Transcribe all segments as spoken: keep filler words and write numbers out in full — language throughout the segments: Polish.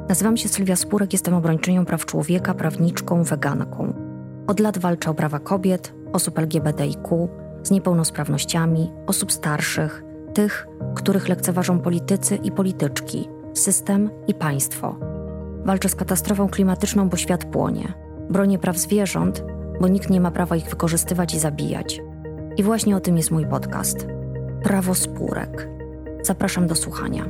Nazywam się Sylwia Spurek, jestem obrończynią praw człowieka, prawniczką, weganką. Od lat walczę o prawa kobiet, osób L G B T I Q, z niepełnosprawnościami, osób starszych, tych, których lekceważą politycy i polityczki, system i państwo. Walczę z katastrofą klimatyczną, bo świat płonie. Bronię praw zwierząt, bo nikt nie ma prawa ich wykorzystywać i zabijać. I właśnie o tym jest mój podcast. Prawo Spurek. Zapraszam do słuchania.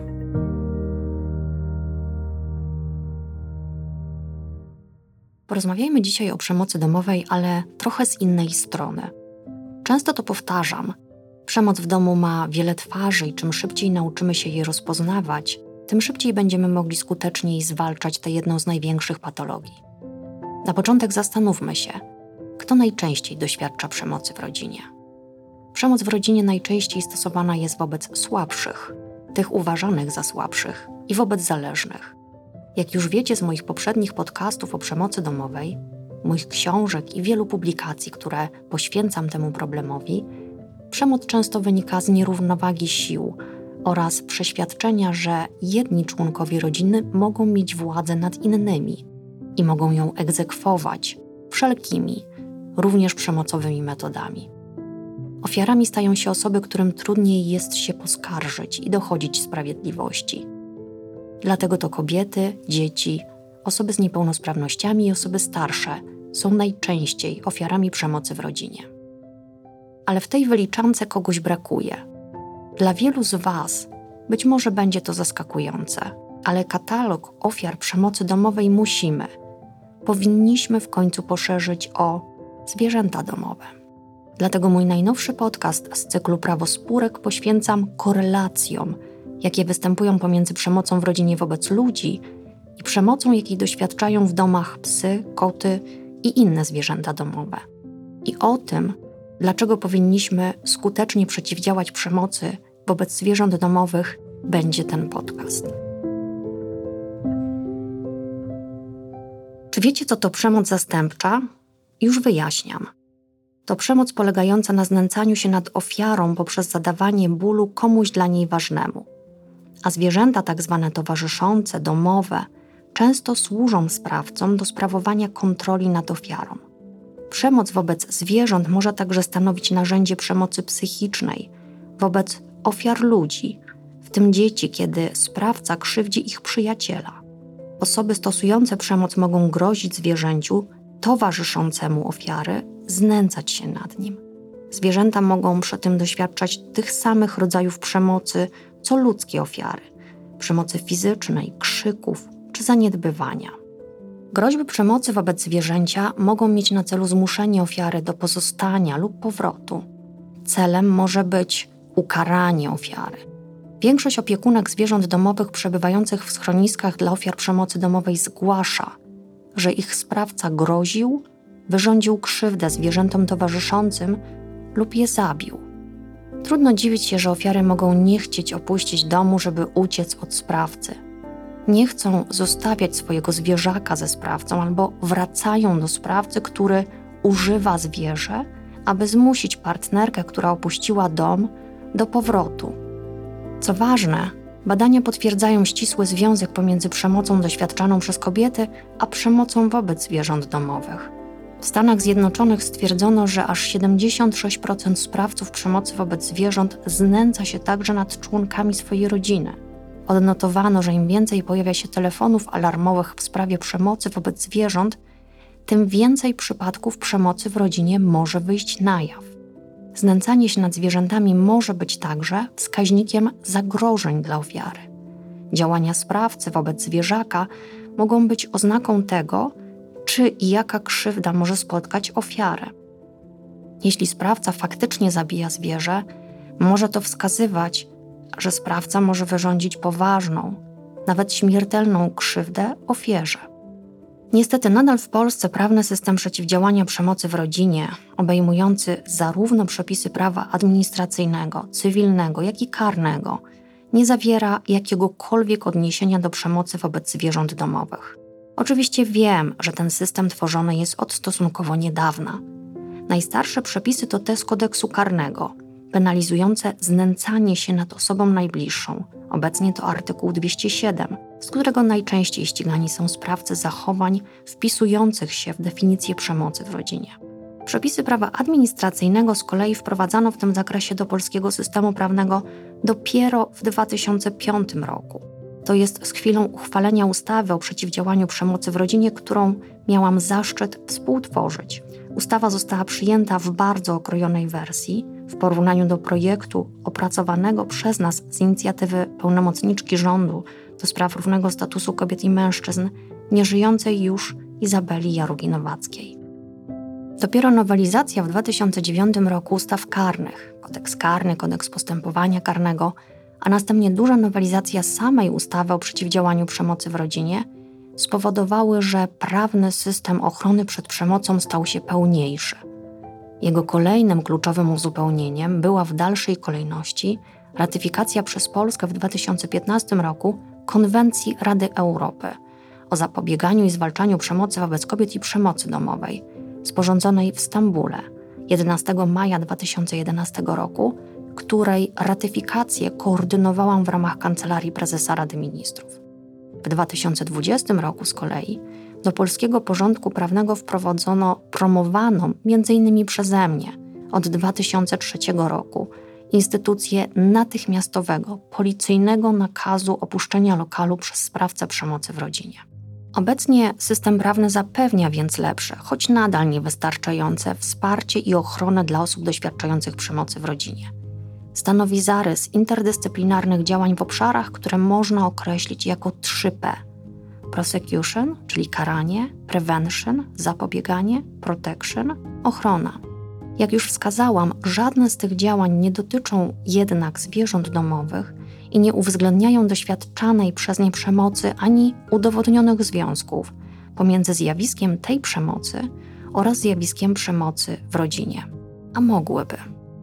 Porozmawiajmy dzisiaj o przemocy domowej, ale trochę z innej strony. Często to powtarzam. Przemoc w domu ma wiele twarzy i czym szybciej nauczymy się je rozpoznawać, tym szybciej będziemy mogli skuteczniej zwalczać tę jedną z największych patologii. Na początek zastanówmy się, kto najczęściej doświadcza przemocy w rodzinie. Przemoc w rodzinie najczęściej stosowana jest wobec słabszych, tych uważanych za słabszych i wobec zależnych. Jak już wiecie z moich poprzednich podcastów o przemocy domowej, moich książek i wielu publikacji, które poświęcam temu problemowi, przemoc często wynika z nierównowagi sił oraz przeświadczenia, że jedni członkowie rodziny mogą mieć władzę nad innymi i mogą ją egzekwować wszelkimi, również przemocowymi metodami. Ofiarami stają się osoby, którym trudniej jest się poskarżyć i dochodzić sprawiedliwości. Dlatego to kobiety, dzieci, osoby z niepełnosprawnościami i osoby starsze są najczęściej ofiarami przemocy w rodzinie. Ale w tej wyliczance kogoś brakuje. Dla wielu z Was być może będzie to zaskakujące, ale katalog ofiar przemocy domowej musimy, powinniśmy w końcu poszerzyć o zwierzęta domowe. Dlatego mój najnowszy podcast z cyklu Prawo Spurek poświęcam korelacjom, jakie występują pomiędzy przemocą w rodzinie wobec ludzi i przemocą, jakiej doświadczają w domach psy, koty i inne zwierzęta domowe. I o tym, dlaczego powinniśmy skutecznie przeciwdziałać przemocy wobec zwierząt domowych, będzie ten podcast. Czy wiecie, co to przemoc zastępcza? Już wyjaśniam. To przemoc polegająca na znęcaniu się nad ofiarą poprzez zadawanie bólu komuś dla niej ważnemu. A zwierzęta tak zwane towarzyszące, domowe, często służą sprawcom do sprawowania kontroli nad ofiarą. Przemoc wobec zwierząt może także stanowić narzędzie przemocy psychicznej wobec ofiar ludzi, w tym dzieci, kiedy sprawca krzywdzi ich przyjaciela. Osoby stosujące przemoc mogą grozić zwierzęciu towarzyszącemu ofiary, znęcać się nad nim. Zwierzęta mogą przy tym doświadczać tych samych rodzajów przemocy, co ludzkie ofiary, przemocy fizycznej, krzyków czy zaniedbywania. Groźby przemocy wobec zwierzęcia mogą mieć na celu zmuszenie ofiary do pozostania lub powrotu. Celem może być ukaranie ofiary. Większość opiekunek zwierząt domowych przebywających w schroniskach dla ofiar przemocy domowej zgłasza, że ich sprawca groził, wyrządził krzywdę zwierzętom towarzyszącym lub je zabił. Trudno dziwić się, że ofiary mogą nie chcieć opuścić domu, żeby uciec od sprawcy. Nie chcą zostawiać swojego zwierzaka ze sprawcą albo wracają do sprawcy, który używa zwierzę, aby zmusić partnerkę, która opuściła dom, do powrotu. Co ważne, badania potwierdzają ścisły związek pomiędzy przemocą doświadczaną przez kobiety a przemocą wobec zwierząt domowych. W Stanach Zjednoczonych stwierdzono, że aż siedemdziesiąt sześć procent sprawców przemocy wobec zwierząt znęca się także nad członkami swojej rodziny. Odnotowano, że im więcej pojawia się telefonów alarmowych w sprawie przemocy wobec zwierząt, tym więcej przypadków przemocy w rodzinie może wyjść na jaw. Znęcanie się nad zwierzętami może być także wskaźnikiem zagrożeń dla ofiary. Działania sprawcy wobec zwierzaka mogą być oznaką tego, czy i jaka krzywda może spotkać ofiarę. Jeśli sprawca faktycznie zabija zwierzę, może to wskazywać, że sprawca może wyrządzić poważną, nawet śmiertelną krzywdę ofierze. Niestety nadal w Polsce prawny system przeciwdziałania przemocy w rodzinie, obejmujący zarówno przepisy prawa administracyjnego, cywilnego, jak i karnego, nie zawiera jakiegokolwiek odniesienia do przemocy wobec zwierząt domowych. Oczywiście wiem, że ten system tworzony jest od stosunkowo niedawna. Najstarsze przepisy to te z kodeksu karnego, penalizujące znęcanie się nad osobą najbliższą. Obecnie to artykuł dwieście siedem. z którego najczęściej ścigani są sprawcy zachowań wpisujących się w definicję przemocy w rodzinie. Przepisy prawa administracyjnego z kolei wprowadzano w tym zakresie do polskiego systemu prawnego dopiero w dwa tysiące piątym roku. To jest z chwilą uchwalenia ustawy o przeciwdziałaniu przemocy w rodzinie, którą miałam zaszczyt współtworzyć. Ustawa została przyjęta w bardzo okrojonej wersji w porównaniu do projektu opracowanego przez nas z inicjatywy pełnomocniczki rządu do spraw równego statusu kobiet i mężczyzn, nieżyjącej już Izabeli Jarugi-Nowackiej. Dopiero nowelizacja w dwa tysiące dziewiątym roku ustaw karnych, kodeks karny, kodeks postępowania karnego, a następnie duża nowelizacja samej ustawy o przeciwdziałaniu przemocy w rodzinie spowodowały, że prawny system ochrony przed przemocą stał się pełniejszy. Jego kolejnym kluczowym uzupełnieniem była w dalszej kolejności ratyfikacja przez Polskę w dwa tysiące piętnastym roku Konwencji Rady Europy o zapobieganiu i zwalczaniu przemocy wobec kobiet i przemocy domowej, sporządzonej w Stambule jedenastego maja dwa tysiące jedenastego roku, której ratyfikację koordynowałam w ramach Kancelarii Prezesa Rady Ministrów. W dwa tysiące dwudziestym roku z kolei do polskiego porządku prawnego wprowadzono promowaną między innymi przeze mnie od dwa tysiące trzeciego roku instytucję natychmiastowego, policyjnego nakazu opuszczenia lokalu przez sprawcę przemocy w rodzinie. Obecnie system prawny zapewnia więc lepsze, choć nadal niewystarczające, wsparcie i ochronę dla osób doświadczających przemocy w rodzinie. Stanowi zarys interdyscyplinarnych działań w obszarach, które można określić jako trzy P. Prosecution, czyli karanie, prevention, zapobieganie, protection, ochrona. Jak już wskazałam, żadne z tych działań nie dotyczą jednak zwierząt domowych i nie uwzględniają doświadczanej przez nie przemocy ani udowodnionych związków pomiędzy zjawiskiem tej przemocy oraz zjawiskiem przemocy w rodzinie. A mogłyby.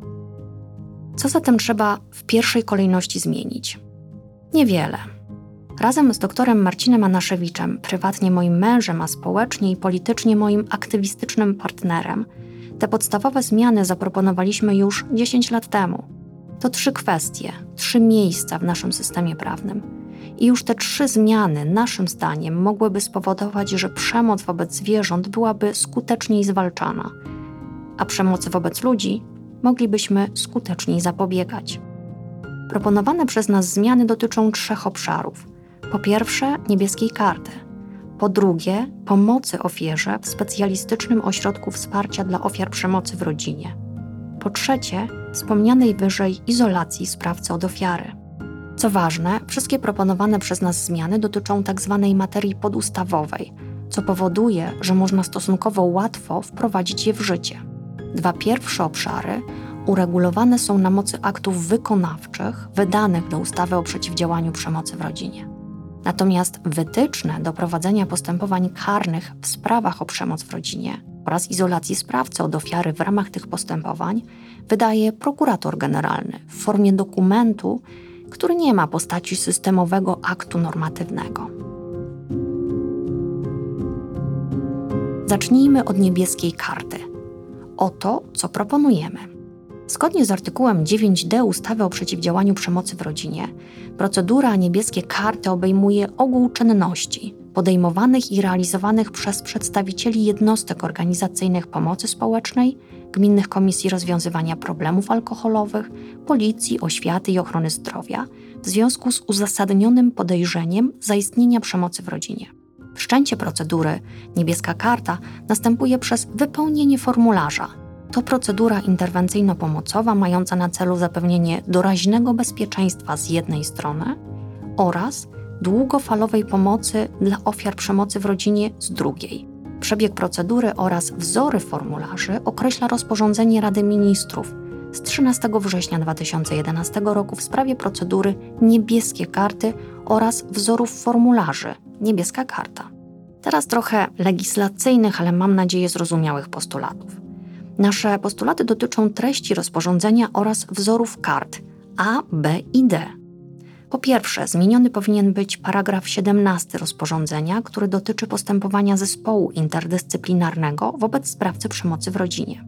Co zatem trzeba w pierwszej kolejności zmienić? Niewiele. Razem z doktorem Marcinem Anaszewiczem, prywatnie moim mężem, a społecznie i politycznie moim aktywistycznym partnerem, te podstawowe zmiany zaproponowaliśmy już dziesięć lat temu. To trzy kwestie, trzy miejsca w naszym systemie prawnym. I już te trzy zmiany, naszym zdaniem, mogłyby spowodować, że przemoc wobec zwierząt byłaby skuteczniej zwalczana, a przemocy wobec ludzi moglibyśmy skuteczniej zapobiegać. Proponowane przez nas zmiany dotyczą trzech obszarów. Po pierwsze, niebieskiej karty. Po drugie, pomocy ofierze w specjalistycznym ośrodku wsparcia dla ofiar przemocy w rodzinie. Po trzecie, wspomnianej wyżej izolacji sprawcy od ofiary. Co ważne, wszystkie proponowane przez nas zmiany dotyczą tzw. materii podustawowej, co powoduje, że można stosunkowo łatwo wprowadzić je w życie. Dwa pierwsze obszary uregulowane są na mocy aktów wykonawczych wydanych do ustawy o przeciwdziałaniu przemocy w rodzinie. Natomiast wytyczne do prowadzenia postępowań karnych w sprawach o przemoc w rodzinie oraz izolacji sprawcy od ofiary w ramach tych postępowań wydaje prokurator generalny w formie dokumentu, który nie ma postaci systemowego aktu normatywnego. Zacznijmy od niebieskiej karty. Oto, co proponujemy. Zgodnie z artykułem dziewięć d ustawy o przeciwdziałaniu przemocy w rodzinie, procedura niebieskie karty obejmuje ogół czynności podejmowanych i realizowanych przez przedstawicieli jednostek organizacyjnych pomocy społecznej, gminnych komisji rozwiązywania problemów alkoholowych, policji, oświaty i ochrony zdrowia w związku z uzasadnionym podejrzeniem zaistnienia przemocy w rodzinie. Wszczęcie procedury niebieska karta następuje przez wypełnienie formularza. To procedura interwencyjno-pomocowa mająca na celu zapewnienie doraźnego bezpieczeństwa z jednej strony oraz długofalowej pomocy dla ofiar przemocy w rodzinie z drugiej. Przebieg procedury oraz wzory formularzy określa rozporządzenie Rady Ministrów z trzynastego września dwa tysiące jedenastego roku w sprawie procedury niebieskie karty oraz wzorów formularzy niebieska karta. Teraz trochę legislacyjnych, ale mam nadzieję zrozumiałych postulatów. Nasze postulaty dotyczą treści rozporządzenia oraz wzorów kart A, B i D. Po pierwsze, zmieniony powinien być paragraf siedemnasty rozporządzenia, który dotyczy postępowania zespołu interdyscyplinarnego wobec sprawcy przemocy w rodzinie. W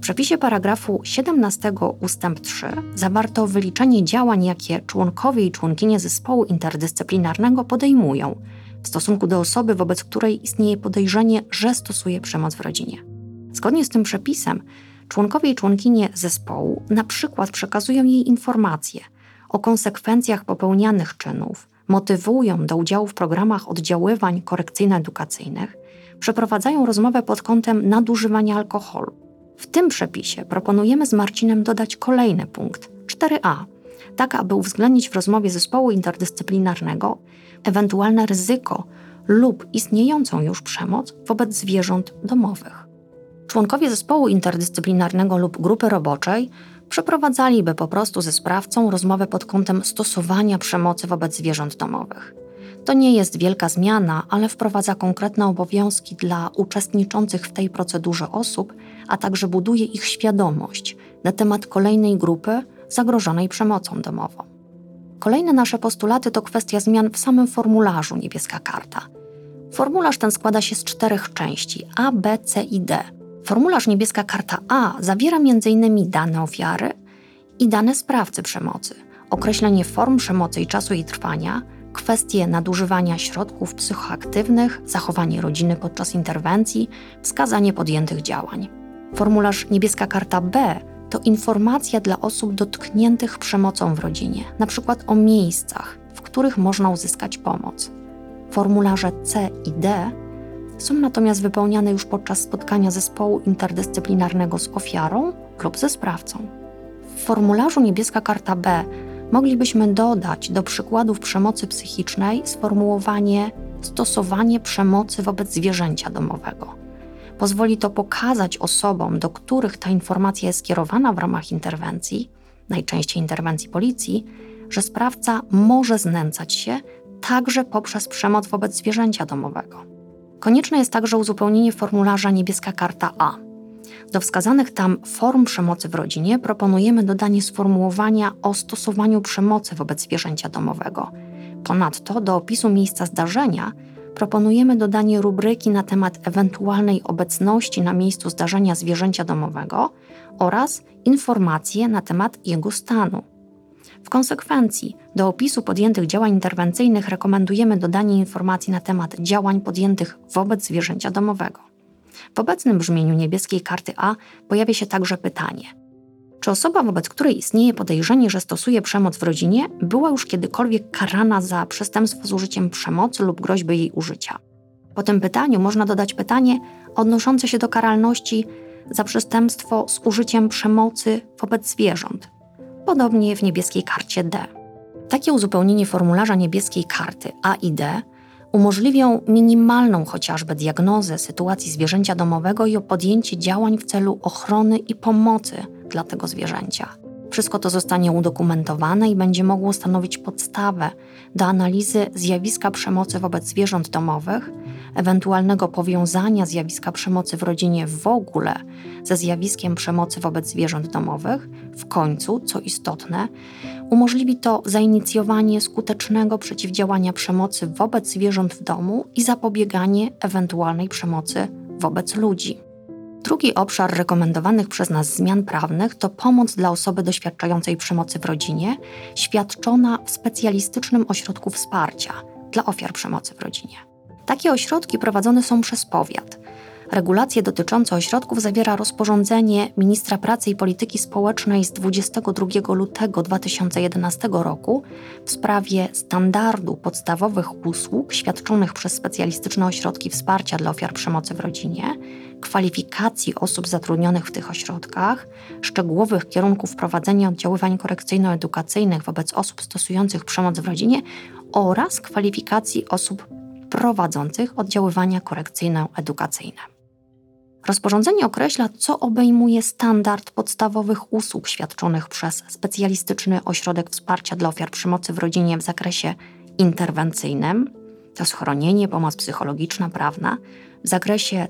przepisie paragrafu siedemnastego ustęp trzy zawarto wyliczenie działań, jakie członkowie i członkinie zespołu interdyscyplinarnego podejmują w stosunku do osoby, wobec której istnieje podejrzenie, że stosuje przemoc w rodzinie. Zgodnie z tym przepisem członkowie i członkinie zespołu na przykład przekazują jej informacje o konsekwencjach popełnianych czynów, motywują do udziału w programach oddziaływań korekcyjno-edukacyjnych, przeprowadzają rozmowę pod kątem nadużywania alkoholu. W tym przepisie proponujemy z Marcinem dodać kolejny punkt, cztery a, tak aby uwzględnić w rozmowie zespołu interdyscyplinarnego ewentualne ryzyko lub istniejącą już przemoc wobec zwierząt domowych. Członkowie zespołu interdyscyplinarnego lub grupy roboczej przeprowadzaliby po prostu ze sprawcą rozmowę pod kątem stosowania przemocy wobec zwierząt domowych. To nie jest wielka zmiana, ale wprowadza konkretne obowiązki dla uczestniczących w tej procedurze osób, a także buduje ich świadomość na temat kolejnej grupy zagrożonej przemocą domową. Kolejne nasze postulaty to kwestia zmian w samym formularzu Niebieska Karta. Formularz ten składa się z czterech części A, B, C i D. Formularz Niebieska Karta A zawiera między innymi dane ofiary i dane sprawcy przemocy, określenie form przemocy i czasu jej trwania, kwestie nadużywania środków psychoaktywnych, zachowanie rodziny podczas interwencji, wskazanie podjętych działań. Formularz Niebieska Karta B to informacja dla osób dotkniętych przemocą w rodzinie, np. o miejscach, w których można uzyskać pomoc. Formularze C i D są natomiast wypełniane już podczas spotkania zespołu interdyscyplinarnego z ofiarą lub ze sprawcą. W formularzu Niebieska Karta B moglibyśmy dodać do przykładów przemocy psychicznej sformułowanie stosowanie przemocy wobec zwierzęcia domowego. Pozwoli to pokazać osobom, do których ta informacja jest skierowana w ramach interwencji, najczęściej interwencji policji, że sprawca może znęcać się także poprzez przemoc wobec zwierzęcia domowego. Konieczne jest także uzupełnienie formularza Niebieska Karta A. Do wskazanych tam form przemocy w rodzinie proponujemy dodanie sformułowania o stosowaniu przemocy wobec zwierzęcia domowego. Ponadto do opisu miejsca zdarzenia proponujemy dodanie rubryki na temat ewentualnej obecności na miejscu zdarzenia zwierzęcia domowego oraz informacje na temat jego stanu. W konsekwencji do opisu podjętych działań interwencyjnych rekomendujemy dodanie informacji na temat działań podjętych wobec zwierzęcia domowego. W obecnym brzmieniu Niebieskiej Karty A pojawia się także pytanie: czy osoba, wobec której istnieje podejrzenie, że stosuje przemoc w rodzinie, była już kiedykolwiek karana za przestępstwo z użyciem przemocy lub groźby jej użycia? Po tym pytaniu można dodać pytanie odnoszące się do karalności za przestępstwo z użyciem przemocy wobec zwierząt. Podobnie w Niebieskiej Karcie D. Takie uzupełnienie formularza Niebieskiej Karty A i D umożliwią minimalną chociażby diagnozę sytuacji zwierzęcia domowego i o podjęcie działań w celu ochrony i pomocy dla tego zwierzęcia. Wszystko to zostanie udokumentowane i będzie mogło stanowić podstawę do analizy zjawiska przemocy wobec zwierząt domowych, ewentualnego powiązania zjawiska przemocy w rodzinie w ogóle ze zjawiskiem przemocy wobec zwierząt domowych. W końcu, co istotne, umożliwi to zainicjowanie skutecznego przeciwdziałania przemocy wobec zwierząt w domu i zapobieganie ewentualnej przemocy wobec ludzi. Drugi obszar rekomendowanych przez nas zmian prawnych to pomoc dla osoby doświadczającej przemocy w rodzinie, świadczona w specjalistycznym ośrodku wsparcia dla ofiar przemocy w rodzinie. Takie ośrodki prowadzone są przez powiat. Regulacje dotyczące ośrodków zawiera rozporządzenie Ministra Pracy i Polityki Społecznej z dwudziestego drugiego lutego dwa tysiące jedenastego roku w sprawie standardu podstawowych usług świadczonych przez specjalistyczne ośrodki wsparcia dla ofiar przemocy w rodzinie, kwalifikacji osób zatrudnionych w tych ośrodkach, szczegółowych kierunków prowadzenia oddziaływań korekcyjno-edukacyjnych wobec osób stosujących przemoc w rodzinie oraz kwalifikacji osób prowadzących oddziaływania korekcyjno-edukacyjne. Rozporządzenie określa, co obejmuje standard podstawowych usług świadczonych przez specjalistyczny ośrodek wsparcia dla ofiar przemocy w rodzinie w zakresie interwencyjnym, to schronienie, pomoc psychologiczna, prawna, w zakresie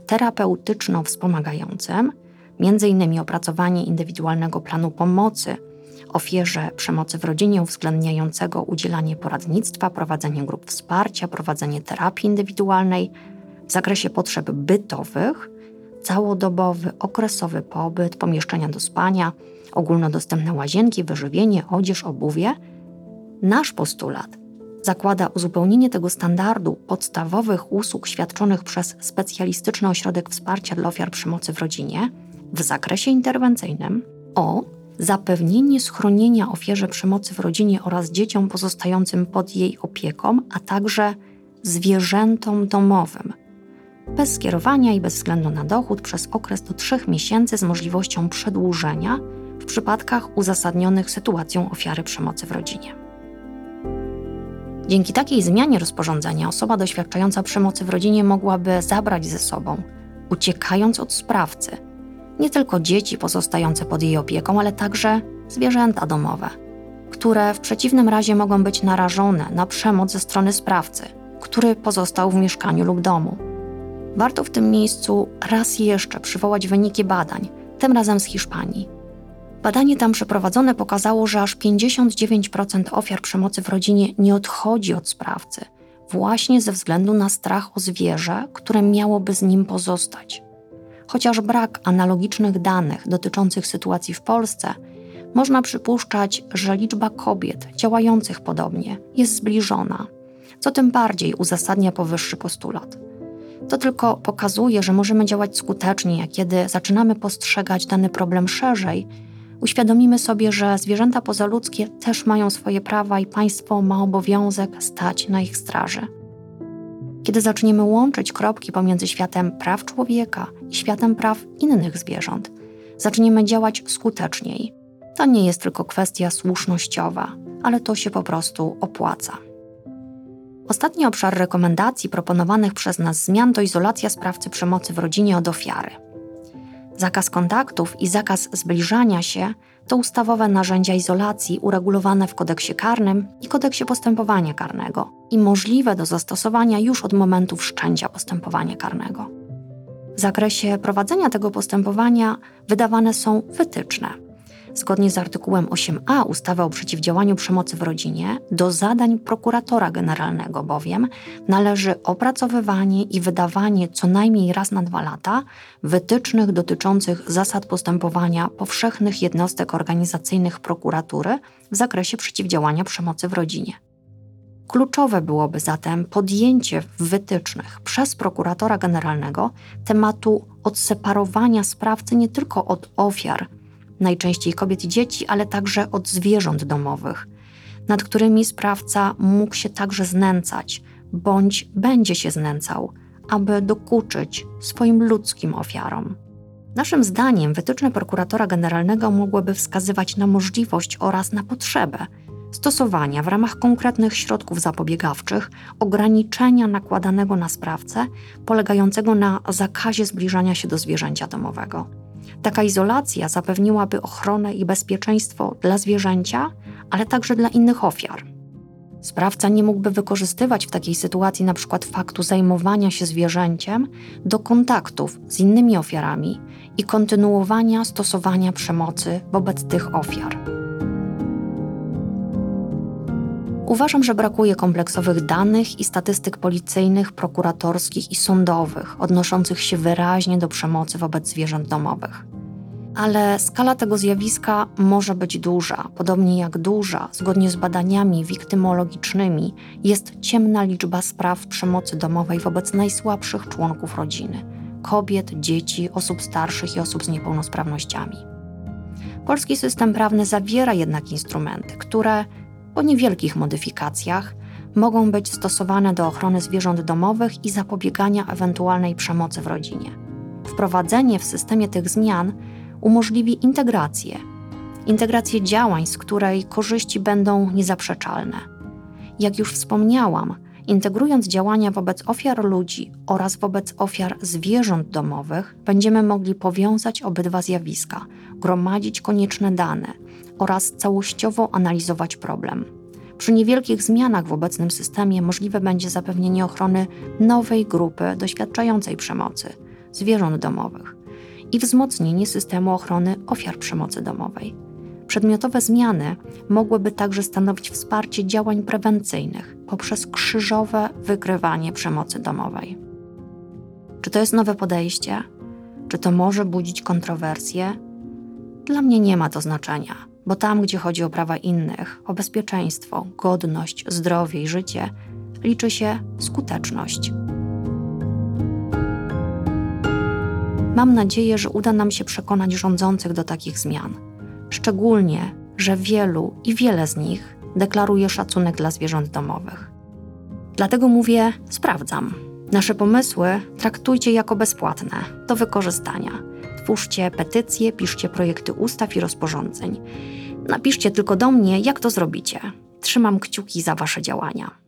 terapeutyczno-wspomagającym, między innymi opracowanie indywidualnego planu pomocy ofierze przemocy w rodzinie uwzględniającego udzielanie poradnictwa, prowadzenie grup wsparcia, prowadzenie terapii indywidualnej, w zakresie potrzeb bytowych, całodobowy, okresowy pobyt, pomieszczenia do spania, ogólnodostępne łazienki, wyżywienie, odzież, obuwie. Nasz postulat zakłada uzupełnienie tego standardu podstawowych usług świadczonych przez specjalistyczny ośrodek wsparcia dla ofiar przemocy w rodzinie w zakresie interwencyjnym o zapewnienie schronienia ofierze przemocy w rodzinie oraz dzieciom pozostającym pod jej opieką, a także zwierzętom domowym, bez skierowania i bez względu na dochód przez okres do trzech miesięcy z możliwością przedłużenia w przypadkach uzasadnionych sytuacją ofiary przemocy w rodzinie. Dzięki takiej zmianie rozporządzenia osoba doświadczająca przemocy w rodzinie mogłaby zabrać ze sobą, uciekając od sprawcy, nie tylko dzieci pozostające pod jej opieką, ale także zwierzęta domowe, które w przeciwnym razie mogą być narażone na przemoc ze strony sprawcy, który pozostał w mieszkaniu lub domu. Warto w tym miejscu raz jeszcze przywołać wyniki badań, tym razem z Hiszpanii. Badanie tam przeprowadzone pokazało, że aż pięćdziesiąt dziewięć procent ofiar przemocy w rodzinie nie odchodzi od sprawcy, właśnie ze względu na strach o zwierzę, które miałoby z nim pozostać. Chociaż brak analogicznych danych dotyczących sytuacji w Polsce, można przypuszczać, że liczba kobiet działających podobnie jest zbliżona, co tym bardziej uzasadnia powyższy postulat. To tylko pokazuje, że możemy działać skutecznie, a kiedy zaczynamy postrzegać dany problem szerzej, uświadomimy sobie, że zwierzęta pozaludzkie też mają swoje prawa i państwo ma obowiązek stać na ich straży. Kiedy zaczniemy łączyć kropki pomiędzy światem praw człowieka i światem praw innych zwierząt, zaczniemy działać skuteczniej. To nie jest tylko kwestia słusznościowa, ale to się po prostu opłaca. Ostatni obszar rekomendacji proponowanych przez nas zmian to izolacja sprawcy przemocy w rodzinie od ofiary. Zakaz kontaktów i zakaz zbliżania się to ustawowe narzędzia izolacji uregulowane w kodeksie karnym i kodeksie postępowania karnego i możliwe do zastosowania już od momentu wszczęcia postępowania karnego. W zakresie prowadzenia tego postępowania wydawane są wytyczne. Zgodnie z artykułem osiem a ustawy o przeciwdziałaniu przemocy w rodzinie, do zadań prokuratora generalnego bowiem należy opracowywanie i wydawanie co najmniej raz na dwa lata wytycznych dotyczących zasad postępowania powszechnych jednostek organizacyjnych prokuratury w zakresie przeciwdziałania przemocy w rodzinie. Kluczowe byłoby zatem podjęcie w wytycznych przez prokuratora generalnego tematu odseparowania sprawcy nie tylko od ofiar, najczęściej kobiet i dzieci, ale także od zwierząt domowych, nad którymi sprawca mógł się także znęcać, bądź będzie się znęcał, aby dokuczyć swoim ludzkim ofiarom. Naszym zdaniem wytyczne prokuratora generalnego mogłyby wskazywać na możliwość oraz na potrzebę stosowania w ramach konkretnych środków zapobiegawczych ograniczenia nakładanego na sprawcę polegającego na zakazie zbliżania się do zwierzęcia domowego. Taka izolacja zapewniłaby ochronę i bezpieczeństwo dla zwierzęcia, ale także dla innych ofiar. Sprawca nie mógłby wykorzystywać w takiej sytuacji np. faktu zajmowania się zwierzęciem do kontaktów z innymi ofiarami i kontynuowania stosowania przemocy wobec tych ofiar. Uważam, że brakuje kompleksowych danych i statystyk policyjnych, prokuratorskich i sądowych odnoszących się wyraźnie do przemocy wobec zwierząt domowych. Ale skala tego zjawiska może być duża, podobnie jak duża, zgodnie z badaniami wiktymologicznymi, jest ciemna liczba spraw przemocy domowej wobec najsłabszych członków rodziny – kobiet, dzieci, osób starszych i osób z niepełnosprawnościami. Polski system prawny zawiera jednak instrumenty, które po niewielkich modyfikacjach mogą być stosowane do ochrony zwierząt domowych i zapobiegania ewentualnej przemocy w rodzinie. Wprowadzenie w systemie tych zmian umożliwi integrację. Integrację działań, z której korzyści będą niezaprzeczalne. Jak już wspomniałam, integrując działania wobec ofiar ludzi oraz wobec ofiar zwierząt domowych, będziemy mogli powiązać obydwa zjawiska, gromadzić konieczne dane oraz całościowo analizować problem. Przy niewielkich zmianach w obecnym systemie możliwe będzie zapewnienie ochrony nowej grupy doświadczającej przemocy – zwierząt domowych i wzmocnienie systemu ochrony ofiar przemocy domowej. Przedmiotowe zmiany mogłyby także stanowić wsparcie działań prewencyjnych poprzez krzyżowe wykrywanie przemocy domowej. Czy to jest nowe podejście? Czy to może budzić kontrowersje? Dla mnie nie ma to znaczenia, bo tam, gdzie chodzi o prawa innych, o bezpieczeństwo, godność, zdrowie i życie, liczy się skuteczność. Mam nadzieję, że uda nam się przekonać rządzących do takich zmian. Szczególnie, że wielu i wiele z nich deklaruje szacunek dla zwierząt domowych. Dlatego mówię, sprawdzam. Nasze pomysły traktujcie jako bezpłatne, do wykorzystania. Twórzcie petycje, piszcie projekty ustaw i rozporządzeń. Napiszcie tylko do mnie, jak to zrobicie. Trzymam kciuki za wasze działania.